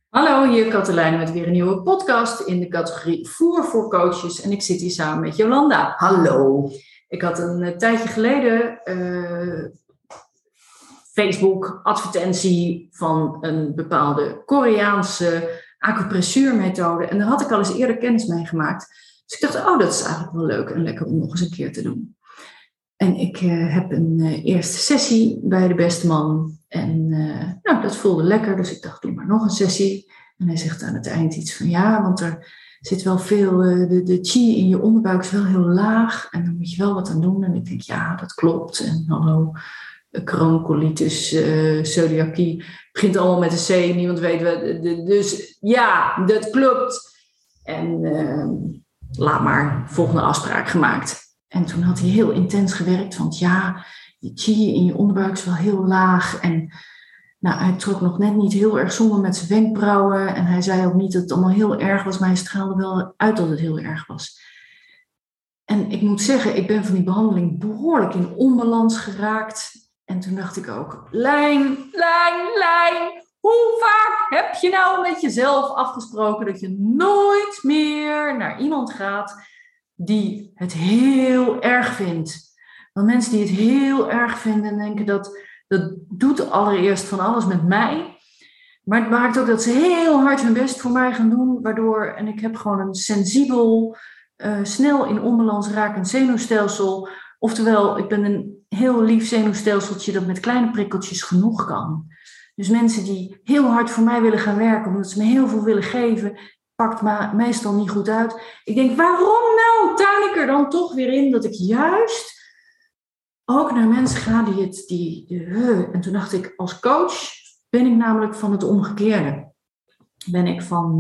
Hallo, hier Katelijne met weer een nieuwe podcast in de categorie Voer voor coaches. En ik zit hier samen met Jolanda. Hallo. Ik had een tijdje geleden Facebook-advertentie van een bepaalde Koreaanse acupressuurmethode. En daar had ik al eens eerder kennis mee gemaakt. Dus ik dacht, dat is eigenlijk wel leuk en lekker om nog eens een keer te doen. En ik heb een eerste sessie bij de beste man. En dat voelde lekker, dus ik dacht, doe maar nog een sessie. En hij zegt aan het eind iets van, ja, want er zit wel veel, de chi in je onderbuik is wel heel laag. En dan moet je wel wat aan doen. En ik denk, ja, dat klopt. En hallo, chroncolitis, celiakie, begint allemaal met een C. Niemand weet wat. Dus ja, dat klopt. En laat maar, volgende afspraak gemaakt. En toen had hij heel intens gewerkt, want ja, je chi in je onderbuik is wel heel laag. En hij trok nog net niet heel erg somber met zijn wenkbrauwen. En hij zei ook niet dat het allemaal heel erg was, maar hij straalde wel uit dat het heel erg was. En ik moet zeggen, ik ben van die behandeling behoorlijk in onbalans geraakt. En toen dacht ik ook, Lijn, hoe vaak heb je nou met jezelf afgesproken dat je nooit meer naar iemand gaat die het heel erg vindt? Want mensen die het heel erg vinden denken dat doet allereerst van alles met mij. Maar het maakt ook dat ze heel hard hun best voor mij gaan doen. Waardoor, en ik heb gewoon een sensibel, snel in onbalans rakend zenuwstelsel. Oftewel, ik ben een heel lief zenuwstelseltje dat met kleine prikkeltjes genoeg kan. Dus mensen die heel hard voor mij willen gaan werken, omdat ze me heel veel willen geven, pakt me meestal niet goed uit. Ik denk, waarom nou tuin ik er dan toch weer in dat ik juist ook naar mensen ga en toen dacht ik, als coach ben ik namelijk van het omgekeerde. Ben ik van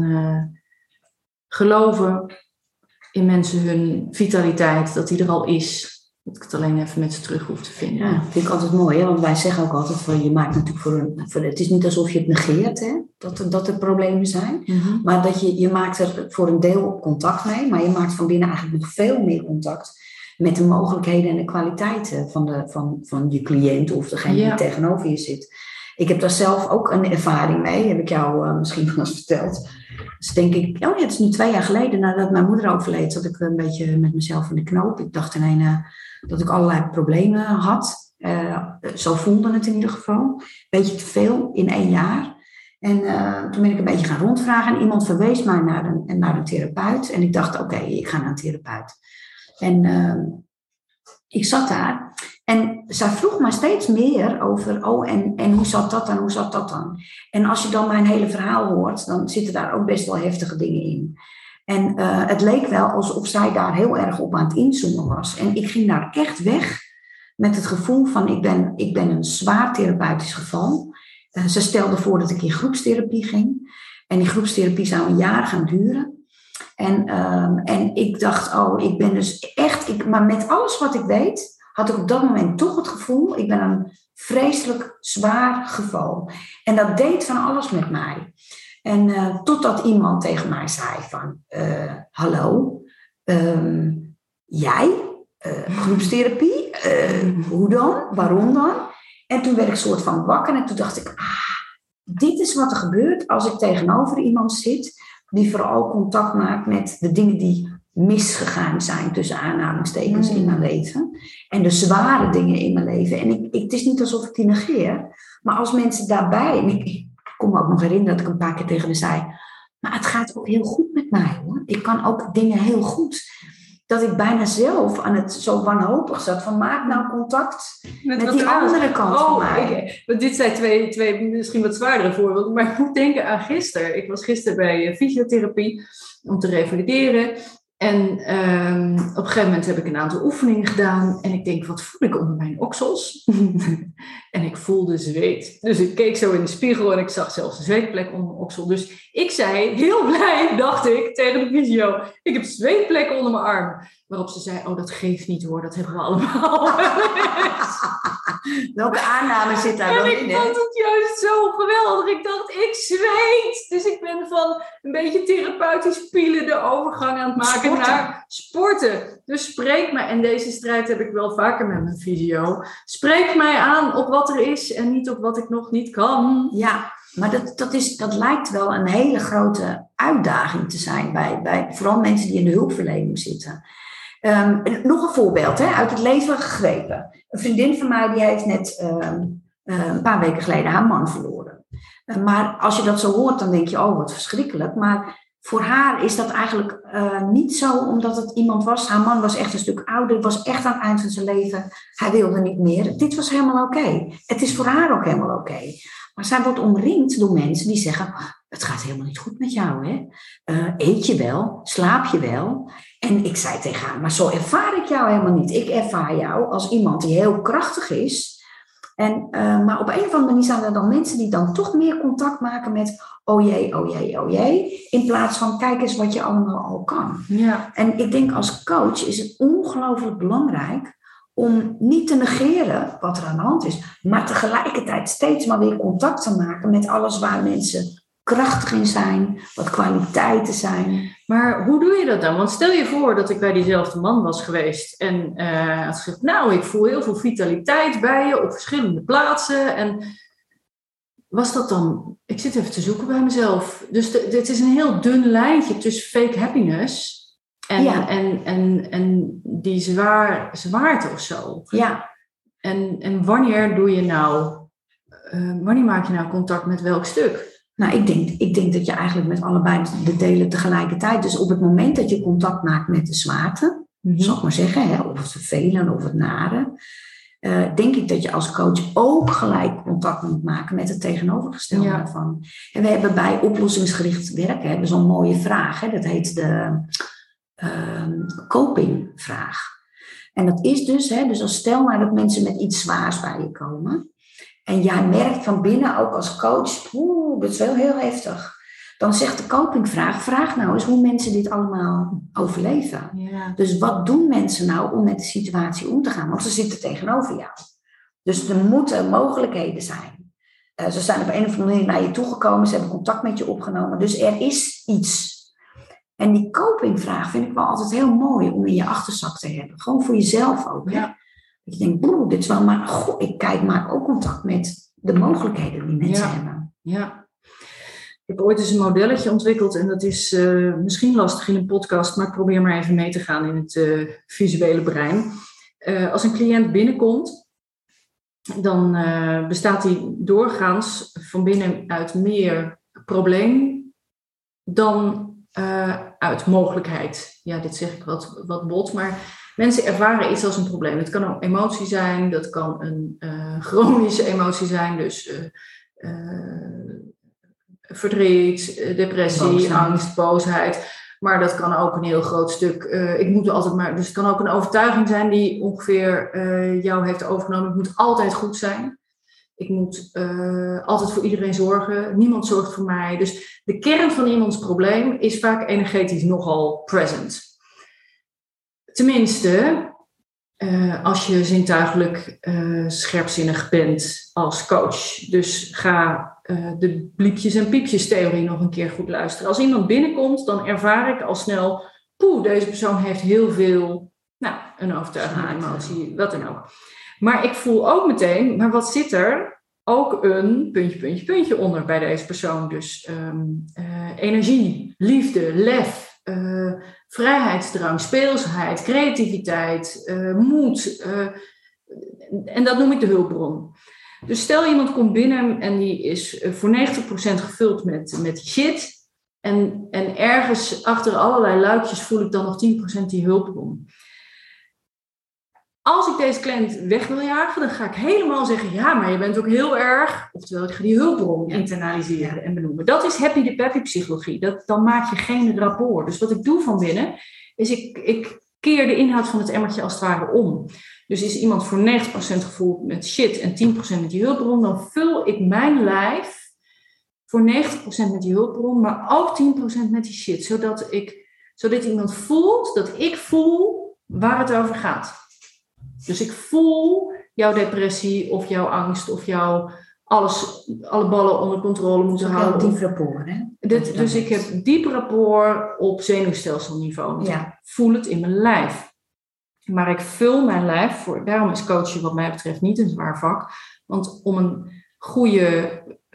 geloven in mensen hun vitaliteit, dat die er al is. Dat ik het alleen even met ze terug hoef te vinden. Ja, vind ik altijd mooi, hè? Want wij zeggen ook altijd, je maakt natuurlijk het is niet alsof je het negeert, hè? Dat er problemen zijn. Mm-hmm. Maar dat je maakt er voor een deel contact mee, maar je maakt van binnen eigenlijk nog veel meer contact met de mogelijkheden en de kwaliteiten van je cliënt of degene die tegenover je zit. Ik heb daar zelf ook een ervaring mee, heb ik jou misschien wel eens verteld. Dus denk ik, het is nu 2 jaar geleden nadat mijn moeder overleed, zat ik een beetje met mezelf in de knoop. Ik dacht dat ik allerlei problemen had. Zo voelde het in ieder geval. Een beetje te veel in 1 jaar. En toen ben ik een beetje gaan rondvragen en iemand verwees mij naar een therapeut. En ik dacht, oké, ik ga naar een therapeut. En ik zat daar en zij vroeg me steeds meer over, en hoe zat dat dan, hoe zat dat dan? En als je dan mijn hele verhaal hoort, dan zitten daar ook best wel heftige dingen in. En het leek wel alsof zij daar heel erg op aan het inzoomen was. En ik ging daar echt weg met het gevoel van, ik ben een zwaar therapeutisch geval. Ze stelde voor dat ik in groepstherapie ging. En die groepstherapie zou 1 jaar gaan duren. En ik dacht, ik ben dus echt, maar met alles wat ik weet, had ik op dat moment toch het gevoel, ik ben een vreselijk zwaar geval. En dat deed van alles met mij. En totdat iemand tegen mij zei van, hallo, jij, groepstherapie, hoe dan, waarom dan? En toen werd ik soort van wakker en toen dacht ik, dit is wat er gebeurt als ik tegenover iemand zit die vooral contact maakt met de dingen die misgegaan zijn, tussen aanhalingstekens, in mijn leven. En de zware dingen in mijn leven. En het is niet alsof ik die negeer. Maar als mensen daarbij, en ik kon me ook nog herinneren dat ik een paar keer tegen haar zei, maar het gaat ook heel goed met mij, hoor. Ik kan ook dingen heel goed. Dat ik bijna zelf aan het zo wanhopig zat van, maak nou contact met die andere kant van mij. Want dit zijn twee misschien wat zwaardere voorbeelden, maar ik moet denken aan gisteren. Ik was gisteren bij fysiotherapie om te revalideren. En op een gegeven moment heb ik een aantal oefeningen gedaan. En ik denk, wat voel ik onder mijn oksels? En ik voelde zweet. Dus ik keek zo in de spiegel en ik zag zelfs een zweetplek onder mijn oksel. Dus ik zei, heel blij, dacht ik, tegen de fysio, ik heb zweetplekken onder mijn arm. Waarop ze zei, dat geeft niet hoor, dat hebben we allemaal. Welke aanname zit daar dan in? En ik vond het juist zo geweldig. Ik dacht, ik zweet. Dus ik ben van een beetje therapeutisch pielen de overgang aan het maken naar sporten. Dus spreek mij, en deze strijd heb ik wel vaker met mijn fysio. Spreek mij aan op wat er is en niet op wat ik nog niet kan. Ja, Maar dat lijkt wel een hele grote uitdaging te zijn bij vooral mensen die in de hulpverlening zitten. Nog een voorbeeld uit het leven gegrepen. Een vriendin van mij die heeft net een paar weken geleden haar man verloren. Maar als je dat zo hoort, dan denk je, oh wat verschrikkelijk. Maar voor haar is dat eigenlijk niet zo, omdat het iemand was. Haar man was echt een stuk ouder, was echt aan het eind van zijn leven. Hij wilde niet meer. Dit was helemaal oké. Het is voor haar ook helemaal oké. Maar zij wordt omringd door mensen die zeggen, het gaat helemaal niet goed met jou. Hè? Eet je wel? Slaap je wel? En ik zei tegen haar, maar zo ervaar ik jou helemaal niet. Ik ervaar jou als iemand die heel krachtig is. Maar op een of andere manier zijn er dan mensen die dan toch meer contact maken met oh jee, oh jee, oh jee. In plaats van kijk eens wat je allemaal al kan. Ja. En ik denk als coach is het ongelooflijk belangrijk om niet te negeren wat er aan de hand is. Maar tegelijkertijd steeds maar weer contact te maken met alles waar mensen krachtig in zijn. Wat kwaliteiten zijn. Maar hoe doe je dat dan? Want stel je voor dat ik bij diezelfde man was geweest. En had gezegd, nou ik voel heel veel vitaliteit bij je op verschillende plaatsen. En was dat dan... Ik zit even te zoeken bij mezelf. Dus het is een heel dun lijntje tussen fake happiness en die zwaarte of zo. Ja. En wanneer doe je nou... wanneer maak je nou contact met welk stuk? Nou, ik denk dat je eigenlijk met allebei de delen tegelijkertijd... Dus op het moment dat je contact maakt met de zwaarte... Zal ik maar zeggen, of het vervelen of het nare... denk ik dat je als coach ook gelijk contact moet maken met het tegenovergestelde daarvan. En we hebben bij oplossingsgericht werken zo'n mooie vraag. Dat heet de copingvraag. En dat is dus als stel maar dat mensen met iets zwaars bij je komen. En jij merkt van binnen ook als coach, dat is wel heel heftig. Dan zegt de copingvraag, vraag nou eens hoe mensen dit allemaal overleven. Ja. Dus wat doen mensen nou om met de situatie om te gaan? Want ze zitten tegenover jou. Dus er moeten mogelijkheden zijn. Ze zijn op een of andere manier naar je toegekomen, ze hebben contact met je opgenomen. Dus er is iets. En die copingvraag vind ik wel altijd heel mooi om in je achterzak te hebben. Gewoon voor jezelf ook. Hè? Ja. Dat je denkt, dit is wel maar... ik maak ook contact met de mogelijkheden die mensen hebben. Ja. Ik heb ooit eens een modelletje ontwikkeld en dat is misschien lastig in een podcast, maar ik probeer maar even mee te gaan in het visuele brein. Als een cliënt binnenkomt, dan bestaat hij doorgaans van binnenuit meer probleem dan uit mogelijkheid. Ja, dit zeg ik wat bot, maar mensen ervaren iets als een probleem. Het kan ook emotie zijn, dat kan een chronische emotie zijn, dus verdriet, depressie, angst, boosheid. Maar dat kan ook een heel groot stuk. Dus het kan ook een overtuiging zijn die ongeveer jou heeft overgenomen. Het moet altijd goed zijn. Ik moet altijd voor iedereen zorgen. Niemand zorgt voor mij. Dus de kern van iemands probleem is vaak energetisch nogal present. Tenminste, als je zintuigelijk scherpzinnig bent als coach. Dus ga de bliepjes en piepjes theorie nog een keer goed luisteren. Als iemand binnenkomt, dan ervaar ik al snel... deze persoon heeft heel veel... een overtuiging, een emotie, wat dan ook. Maar ik voel ook meteen, maar wat zit er? Ook een puntje onder bij deze persoon. Dus energie, liefde, lef, vrijheidsdrang, speelsheid, creativiteit, moed. En dat noem ik de hulpbron. Dus stel iemand komt binnen en die is voor 90% gevuld met shit. En ergens achter allerlei luikjes voel ik dan nog 10% die hulpbron. Als ik deze cliënt weg wil jagen, dan ga ik helemaal zeggen... ja, maar je bent ook heel erg... Oftewel, ik ga die hulpbron internaliseren en benoemen. Dat is happy de peppy psychologie. Dan maak je geen rapport. Dus wat ik doe van binnen... is ik keer de inhoud van het emmertje als het ware om. Dus is iemand voor 90% gevoeld met shit en 10% met die hulpbron... dan vul ik mijn lijf voor 90% met die hulpbron... maar ook 10% met die shit. Zodat iemand voelt dat ik voel waar het over gaat. Dus ik voel jouw depressie of jouw angst of jouw alle ballen onder controle moeten houden. Heel diep rapport, hè? Dus ik heb diep rapport op zenuwstelselniveau. Ja. Ik voel het in mijn lijf. Maar ik vul mijn lijf daarom is coachen wat mij betreft niet een zwaar vak. Want om een goede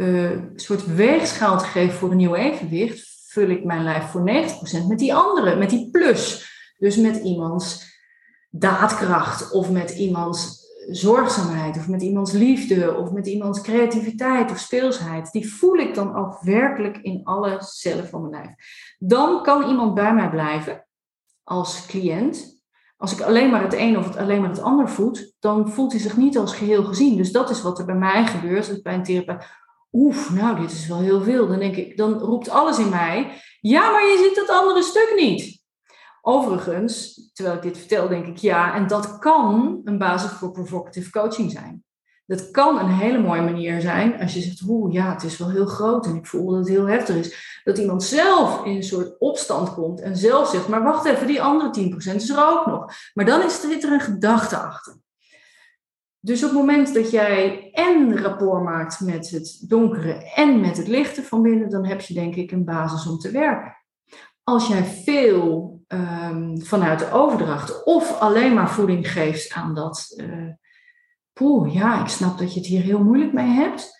soort weegschaal te geven voor een nieuw evenwicht, vul ik mijn lijf voor 90% met die andere, met die plus. Dus met iemands daadkracht of met iemands zorgzaamheid of met iemands liefde of met iemands creativiteit of speelsheid. Die voel ik dan ook werkelijk in alle cellen van mijn lijf. Dan kan iemand bij mij blijven als cliënt. Als ik alleen maar het een of alleen maar het ander voed, dan voelt hij zich niet als geheel gezien. Dus dat is wat er bij mij gebeurt. Dus bij een therapeut, nou dit is wel heel veel. Dan denk ik, dan roept alles in mij, ja, maar je ziet dat andere stuk niet. Overigens, terwijl ik dit vertel, denk ik ja, en dat kan een basis voor provocative coaching zijn. Dat kan een hele mooie manier zijn als je zegt, het is wel heel groot en ik voel dat het heel heftig is. Dat iemand zelf in een soort opstand komt en zelf zegt, maar wacht even, die andere 10% is er ook nog. Maar dan zit er een gedachte achter. Dus op het moment dat jij en rapport maakt met het donkere en met het lichte van binnen, dan heb je denk ik een basis om te werken. Als jij veel vanuit de overdracht of alleen maar voeding geeft aan dat, ik snap dat je het hier heel moeilijk mee hebt,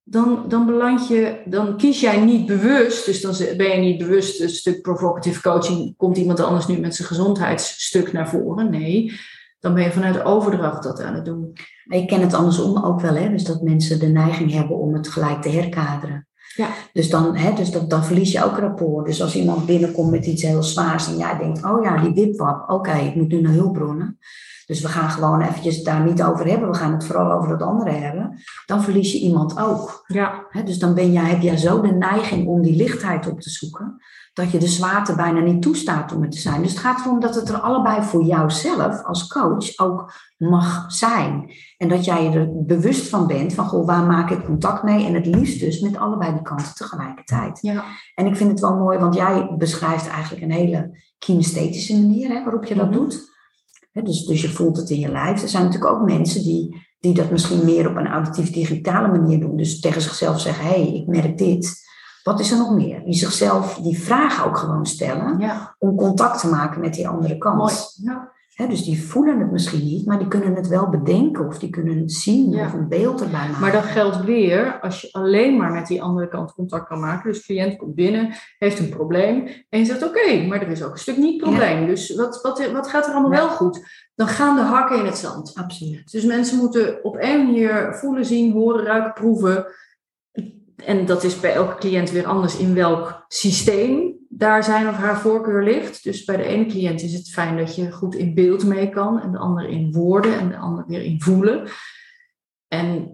dan kies jij niet bewust, dus dan ben je niet bewust een stuk provocative coaching, komt iemand anders nu met zijn gezondheidsstuk naar voren? Nee, dan ben je vanuit de overdracht dat aan het doen. Ik ken het andersom ook wel, hè? Dus dat mensen de neiging hebben om het gelijk te herkaderen. Ja. Dus dan verlies je ook rapport. Dus als iemand binnenkomt met iets heel zwaars en jij denkt, die wipwap, oké, ik moet nu naar hulpbronnen. Dus we gaan gewoon eventjes daar niet over hebben. We gaan het vooral over dat andere hebben. Dan verlies je iemand ook. Ja. Dus dan heb jij zo de neiging om die lichtheid op te zoeken, dat je de zwaarte bijna niet toestaat om het te zijn. Dus het gaat erom dat het er allebei voor jouzelf als coach ook mag zijn. En dat jij er bewust van bent van, waar maak ik contact mee? En het liefst dus met allebei die kanten tegelijkertijd. Ja. En ik vind het wel mooi, want jij beschrijft eigenlijk een hele kinesthetische manier, waarop je dat doet. Dus je voelt het in je lijf. Er zijn natuurlijk ook mensen die dat misschien meer op een auditief-digitale manier doen. Dus tegen zichzelf zeggen, ik merk dit. Wat is er nog meer? Die zichzelf die vragen ook gewoon stellen om contact te maken met die andere kant. Mooi. Ja. Dus die voelen het misschien niet, maar die kunnen het wel bedenken of die kunnen het zien of een beeld erbij maken. Maar dat geldt weer als je alleen maar met die andere kant contact kan maken. Dus de cliënt komt binnen, heeft een probleem en je zegt oké, maar er is ook een stuk niet probleem. Ja. Dus wat gaat er allemaal wel goed? Dan gaan de hakken in het zand. Absoluut. Dus mensen moeten op één manier voelen, zien, horen, ruiken, proeven. En dat is bij elke cliënt weer anders in welk systeem daar zijn of haar voorkeur ligt. Dus bij de ene cliënt is het fijn dat je goed in beeld mee kan. En de ander in woorden en de ander weer in voelen. En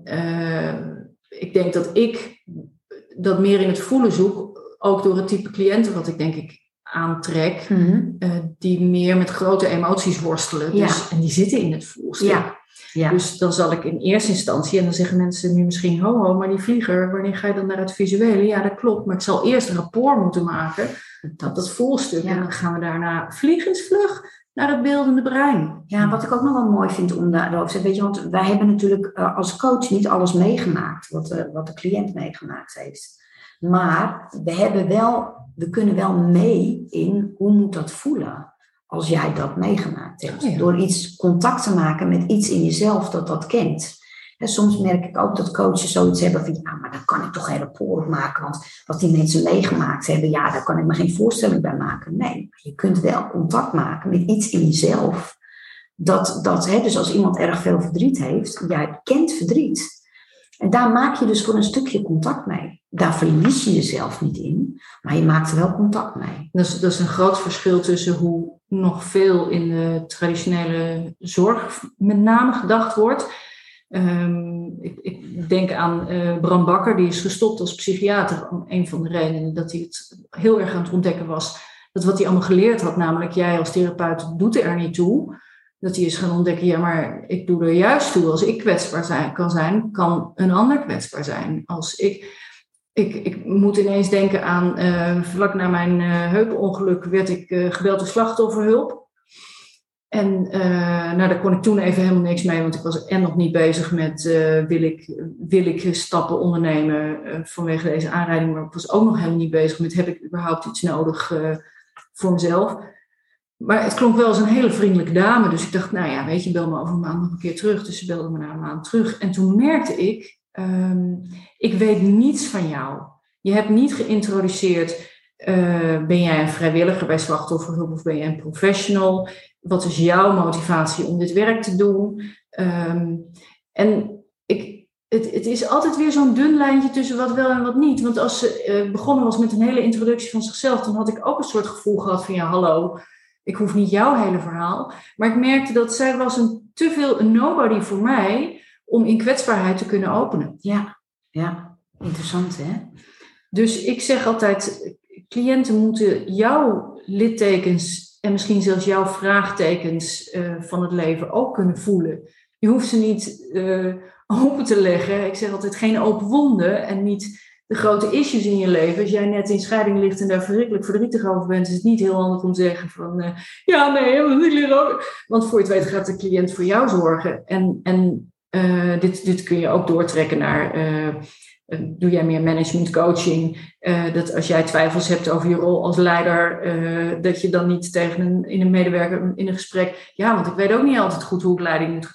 ik denk dat ik dat meer in het voelen zoek. Ook door het type cliënten wat ik denk ik aantrek. Mm-hmm. Die meer met grote emoties worstelen. Dus, en die zitten in het voelstuk. Ja. Ja. Dus dan zal ik in eerste instantie, en dan zeggen mensen nu misschien, maar die vlieger, wanneer ga je dan naar het visuele? Ja, dat klopt, maar ik zal eerst een rapport moeten maken, dat voelstuk. Ja. En dan gaan we daarna vliegensvlug naar het beeldende brein. Ja, wat ik ook nog wel mooi vind om daarover te zeggen, weet je, want wij hebben natuurlijk als coach niet alles meegemaakt, wat de cliënt meegemaakt heeft. Maar we kunnen wel mee in hoe moet dat voelen. Als jij dat meegemaakt hebt. Ja. Door iets contact te maken met iets in jezelf dat kent. En soms merk ik ook dat coaches zoiets hebben van, maar daar kan ik toch geen rapport op maken. Want wat die mensen meegemaakt hebben, daar kan ik me geen voorstelling bij maken. Nee, je kunt wel contact maken met iets in jezelf. Dus als iemand erg veel verdriet heeft, jij kent verdriet. En daar maak je dus voor een stukje contact mee. Daar verlies je jezelf niet in, maar je maakt er wel contact mee. Dat is een groot verschil tussen hoe nog veel in de traditionele zorg met name gedacht wordt. Ik denk aan Bram Bakker, die is gestopt als psychiater. Een van de redenen dat hij het heel erg aan het ontdekken was. Dat wat hij allemaal geleerd had, namelijk jij als therapeut doet er niet toe. Dat hij is gaan ontdekken, maar ik doe er juist toe. Als ik kwetsbaar kan zijn, kan een ander kwetsbaar zijn. Als ik moet ineens denken aan, vlak na mijn heupenongeluk werd ik gebeld door slachtofferhulp. En daar kon ik toen even helemaal niks mee, want ik was nog niet bezig met wil ik stappen ondernemen vanwege deze aanrijding. Maar ik was ook nog helemaal niet bezig met heb ik überhaupt iets nodig voor mezelf. Maar het klonk wel als een hele vriendelijke dame. Dus ik dacht, weet je, bel me over een maand nog een keer terug. Dus ze belde me na een maand terug. En toen merkte ik ik weet niets van jou. Je hebt niet geïntroduceerd, ben jij een vrijwilliger bij slachtofferhulp of ben jij een professional? Wat is jouw motivatie om dit werk te doen? Het is altijd weer zo'n dun lijntje tussen wat wel en wat niet. Want als ze begonnen was met een hele introductie van zichzelf, dan had ik ook een soort gevoel gehad van, ja, hallo, ik hoef niet jouw hele verhaal. Maar ik merkte dat zij was te veel een nobody voor mij om in kwetsbaarheid te kunnen openen. Ja, interessant hè? Dus ik zeg altijd, cliënten moeten jouw littekens en misschien zelfs jouw vraagtekens van het leven ook kunnen voelen. Je hoeft ze niet open te leggen. Ik zeg altijd geen open wonden en niet de grote issues in je leven. Als jij net in scheiding ligt en daar verschrikkelijk verdrietig over bent, is het niet heel handig om te zeggen van want voor je het weet gaat de cliënt voor jou zorgen. En dit kun je ook doortrekken naar doe jij meer management coaching, dat als jij twijfels hebt over je rol als leider, dat je dan niet tegen een medewerker in een gesprek, ja, want ik weet ook niet altijd goed hoe ik leiding moet.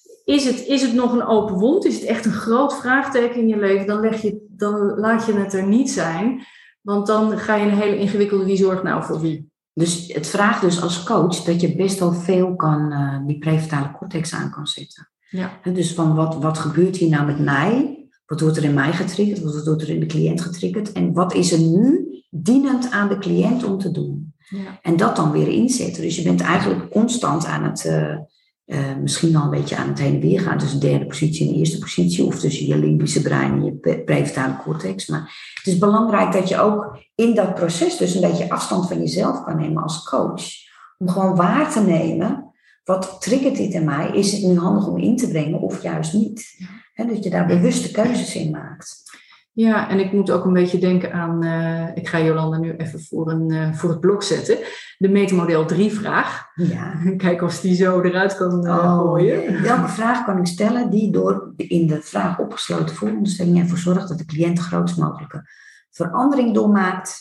Is het nog een open wond? Is het echt een groot vraagteken in je leven? Dan laat je het er niet zijn. Want dan ga je een hele ingewikkelde wie zorgt nou voor wie. Dus het vraagt dus als coach dat je best wel veel die prefrontale cortex aan kan zetten. Ja. Dus van wat gebeurt hier nou met mij? Wat wordt er in mij getriggerd? Wat wordt er in de cliënt getriggerd? En wat is er nu dienend aan de cliënt om te doen? Ja. En dat dan weer inzetten. Dus je bent eigenlijk constant aan het misschien wel een beetje aan het heen en weer gaan tussen de derde positie en de eerste positie, of tussen je limbische brein en je prefrontale cortex. Maar het is belangrijk dat je ook in dat proces dus een beetje afstand van jezelf kan nemen als coach. Om gewoon waar te nemen, wat triggert dit in mij? Is het nu handig om in te brengen of juist niet? He, dat je daar bewuste keuzes in maakt. Ja, en ik moet ook een beetje denken aan, ik ga Jolanda nu even voor het blok zetten, de metamodel 3-vraag. Ja. Kijken of die zo eruit kan gooien. Welke vraag kan ik stellen die door in de vraag opgesloten vooronderstelling ervoor zorgt dat de cliënt de grootst mogelijke verandering doormaakt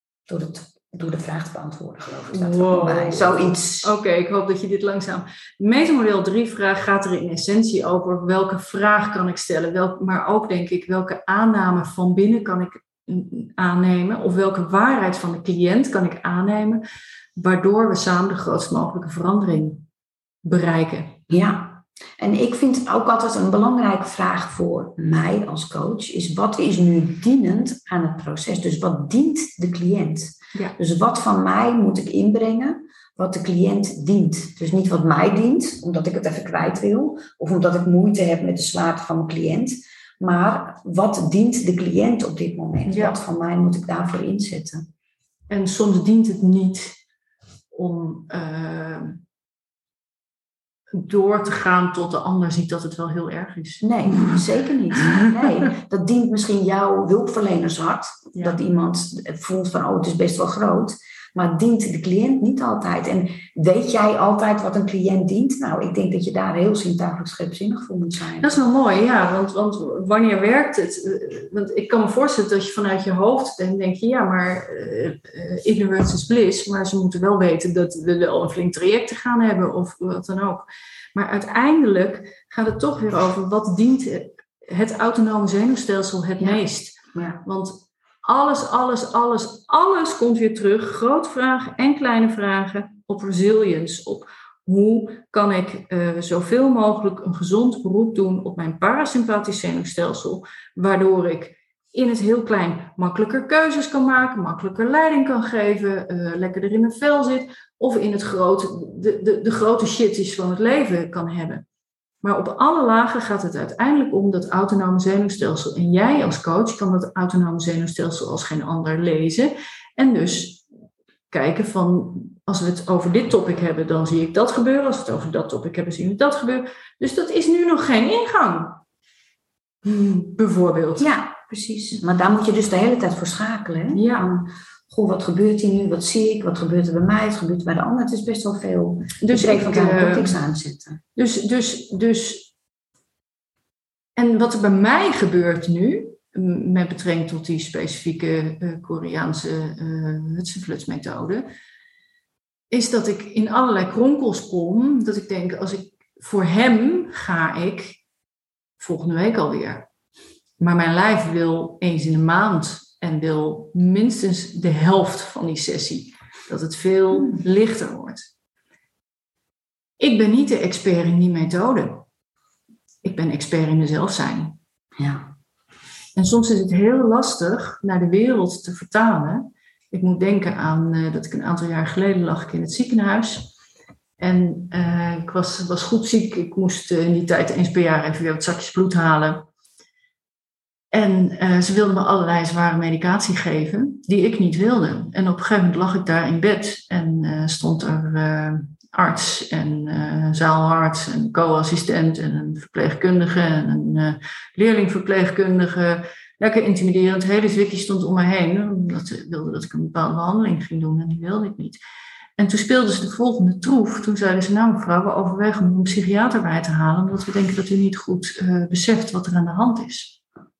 door de vraag te beantwoorden, geloof ik. Wow. Zoiets. Oké, ik hoop dat je dit langzaam... Metamodel 3-vraag gaat er in essentie over welke vraag kan ik stellen, maar ook denk ik welke aanname van binnen kan ik aannemen of welke waarheid van de cliënt kan ik aannemen, waardoor we samen de grootst mogelijke verandering bereiken. Ja, en ik vind ook altijd een belangrijke vraag voor mij als coach is: wat is nu dienend aan het proces? Dus wat dient de cliënt? Ja. Dus wat van mij moet ik inbrengen wat de cliënt dient? Dus niet wat mij dient, omdat ik het even kwijt wil, of omdat ik moeite heb met de zwaarte van mijn cliënt, maar wat dient de cliënt op dit moment? Ja. Wat van mij moet ik daarvoor inzetten? En soms dient het niet om door te gaan tot de ander ziet dat het wel heel erg is. Nee, zeker niet. Nee, dat dient misschien jouw hulpverlenershart. Ja. Dat iemand voelt van, het is best wel groot. Maar het dient de cliënt niet altijd. En weet jij altijd wat een cliënt dient? Nou, ik denk dat je daar heel zintuigelijk scherpzinnig voor moet zijn. Dat is wel mooi, ja. Want wanneer werkt het? Want ik kan me voorstellen dat je vanuit je hoofd denkt je, ja, maar ignorance is bliss. Maar ze moeten wel weten dat we wel een flink traject te gaan hebben of wat dan ook. Maar uiteindelijk gaat het toch weer over wat dient het autonome zenuwstelsel het meest. Ja. Want alles komt weer terug. Grote vragen en kleine vragen op resilience. Op hoe kan ik zoveel mogelijk een gezond beroep doen op mijn parasympathisch zenuwstelsel. Waardoor ik in het heel klein makkelijker keuzes kan maken. Makkelijker leiding kan geven. Lekkerder in mijn vel zit. Of in het grote, de grote shitties van het leven kan hebben. Maar op alle lagen gaat het uiteindelijk om dat autonome zenuwstelsel. En jij als coach kan dat autonome zenuwstelsel als geen ander lezen. En dus kijken van, als we het over dit topic hebben, dan zie ik dat gebeuren. Als we het over dat topic hebben, zien we dat gebeuren. Dus dat is nu nog geen ingang. Bijvoorbeeld. Ja, precies. Maar daar moet je dus de hele tijd voor schakelen. Hè? Ja. Goh, wat gebeurt hier nu? Wat zie ik? Wat gebeurt er bij mij? Wat gebeurt er bij de ander? Het is best wel veel. Dus prefrontale cortex aanzetten. Dus. En wat er bij mij gebeurt nu, met betrekking tot die specifieke Koreaanse Hudson-Fluts-methode, is dat ik in allerlei kronkels kom. Dat ik denk, voor hem ga ik volgende week alweer. Maar mijn lijf wil eens in de maand en wil minstens de helft van die sessie. Dat het veel lichter wordt. Ik ben niet de expert in die methode. Ik ben expert in mezelf zijn. Ja. En soms is het heel lastig naar de wereld te vertalen. Ik moet denken aan dat ik een aantal jaar geleden lag in het ziekenhuis. En ik was goed ziek. Ik moest in die tijd eens per jaar even weer wat zakjes bloed halen. En ze wilden me allerlei zware medicatie geven die ik niet wilde. En op een gegeven moment lag ik daar in bed en stond er arts en zaalarts en co-assistent en een verpleegkundige en een leerlingverpleegkundige. Lekker intimiderend. Het hele zwikje stond om me heen. Omdat ze wilden dat ik een bepaalde behandeling ging doen en die wilde ik niet. En toen speelden ze de volgende troef. Toen zeiden ze, nou mevrouw, we overwegen om een psychiater bij te halen. Omdat we denken dat u niet goed beseft wat er aan de hand is.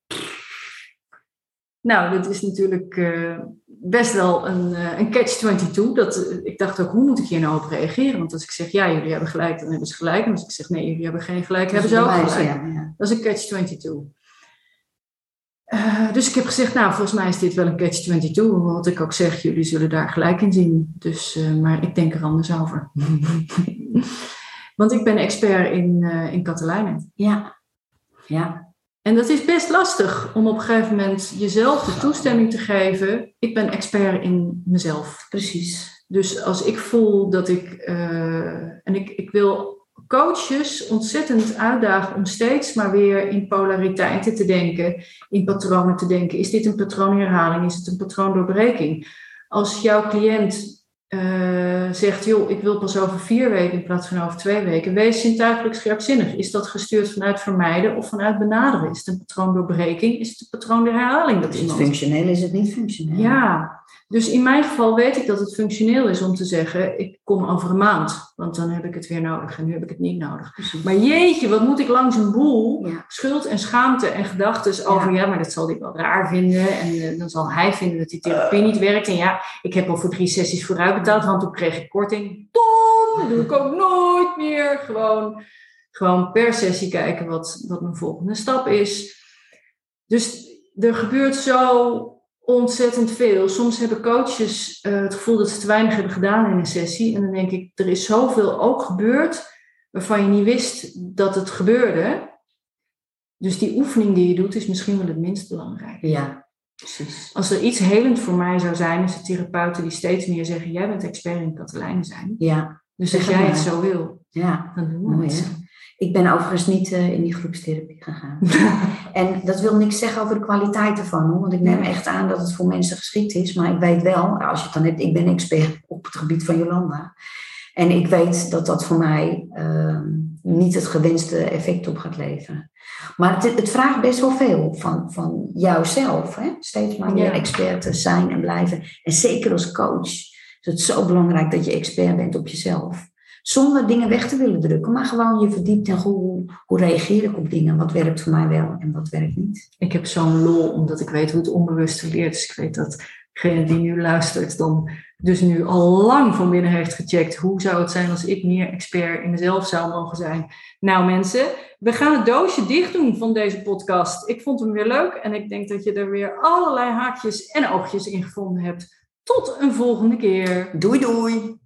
Nou, dat is natuurlijk best wel een catch-22. Ik dacht ook, hoe moet ik hier nou op reageren? Want als ik zeg, ja, jullie hebben gelijk, dan hebben ze gelijk. En als ik zeg, nee, jullie hebben geen gelijk, hebben ze ook gelijk. Ja. Dat is een catch-22. Dus ik heb gezegd, nou, volgens mij is dit wel een catch-22. Wat ik ook zeg, jullie zullen daar gelijk in zien. Dus, maar ik denk er anders over. Want ik ben expert in Katelijnen. Ja. Ja. En dat is best lastig om op een gegeven moment jezelf de toestemming te geven. Ik ben expert in mezelf. Precies. Dus als ik voel dat ik wil coaches ontzettend uitdagen om steeds maar weer in polariteiten te denken, in patronen te denken. Is dit een patroonherhaling? Is het een patroondoorbreking? Als jouw cliënt zegt, joh, ik wil pas over 4 weken in plaats van over 2 weken. Wees zintuigelijk scherpzinnig. Is dat gestuurd vanuit vermijden of vanuit benaderen? Is het een patroondoorbreking? Is het een patroonherhaling? Is het functioneel? Is het niet functioneel? Ja, dus in mijn geval weet ik dat het functioneel is om te zeggen, ik kom over een maand. Want dan heb ik het weer nodig en nu heb ik het niet nodig. Precies. Maar jeetje, wat moet ik langs een boel schuld en schaamte en gedachten over, ja, maar dat zal hij wel raar vinden. En dan zal hij vinden dat die therapie niet werkt. En ja, ik heb al voor 3 sessies vooruit betaald, want toen kreeg ik korting. Dom, dat doe ik ook nooit meer. Gewoon per sessie kijken wat mijn volgende stap is. Dus er gebeurt zo ontzettend veel. Soms hebben coaches het gevoel dat ze te weinig hebben gedaan in een sessie. En dan denk ik, er is zoveel ook gebeurd waarvan je niet wist dat het gebeurde. Dus die oefening die je doet is misschien wel het minst belangrijke. Ja, precies. Als er iets helend voor mij zou zijn, is het therapeuten die steeds meer zeggen, jij bent expert in Katelijnen zijn. Ja. Dus als jij het zo wil, ja, dan doen we mooi, het zo. Ik ben overigens niet in die groepstherapie gegaan. En dat wil niks zeggen over de kwaliteit ervan. Hoor. Want ik neem echt aan dat het voor mensen geschikt is. Maar ik weet wel, als je het dan hebt, ik ben expert op het gebied van Jolanda. En ik weet dat dat voor mij niet het gewenste effect op gaat leveren. Maar het vraagt best wel veel van jouzelf. Hè? Steeds maar meer expert te zijn en blijven. En zeker als coach is het zo belangrijk dat je expert bent op jezelf. Zonder dingen weg te willen drukken, maar gewoon je verdiept en hoe reageer ik op dingen? Wat werkt voor mij wel en wat werkt niet? Ik heb zo'n lol, omdat ik weet hoe het onbewuste leert. Dus ik weet dat degene die nu luistert dan dus nu al lang van binnen heeft gecheckt. Hoe zou het zijn als ik meer expert in mezelf zou mogen zijn? Nou mensen, we gaan het doosje dicht doen van deze podcast. Ik vond hem weer leuk en ik denk dat je er weer allerlei haakjes en oogjes in gevonden hebt. Tot een volgende keer. Doei doei!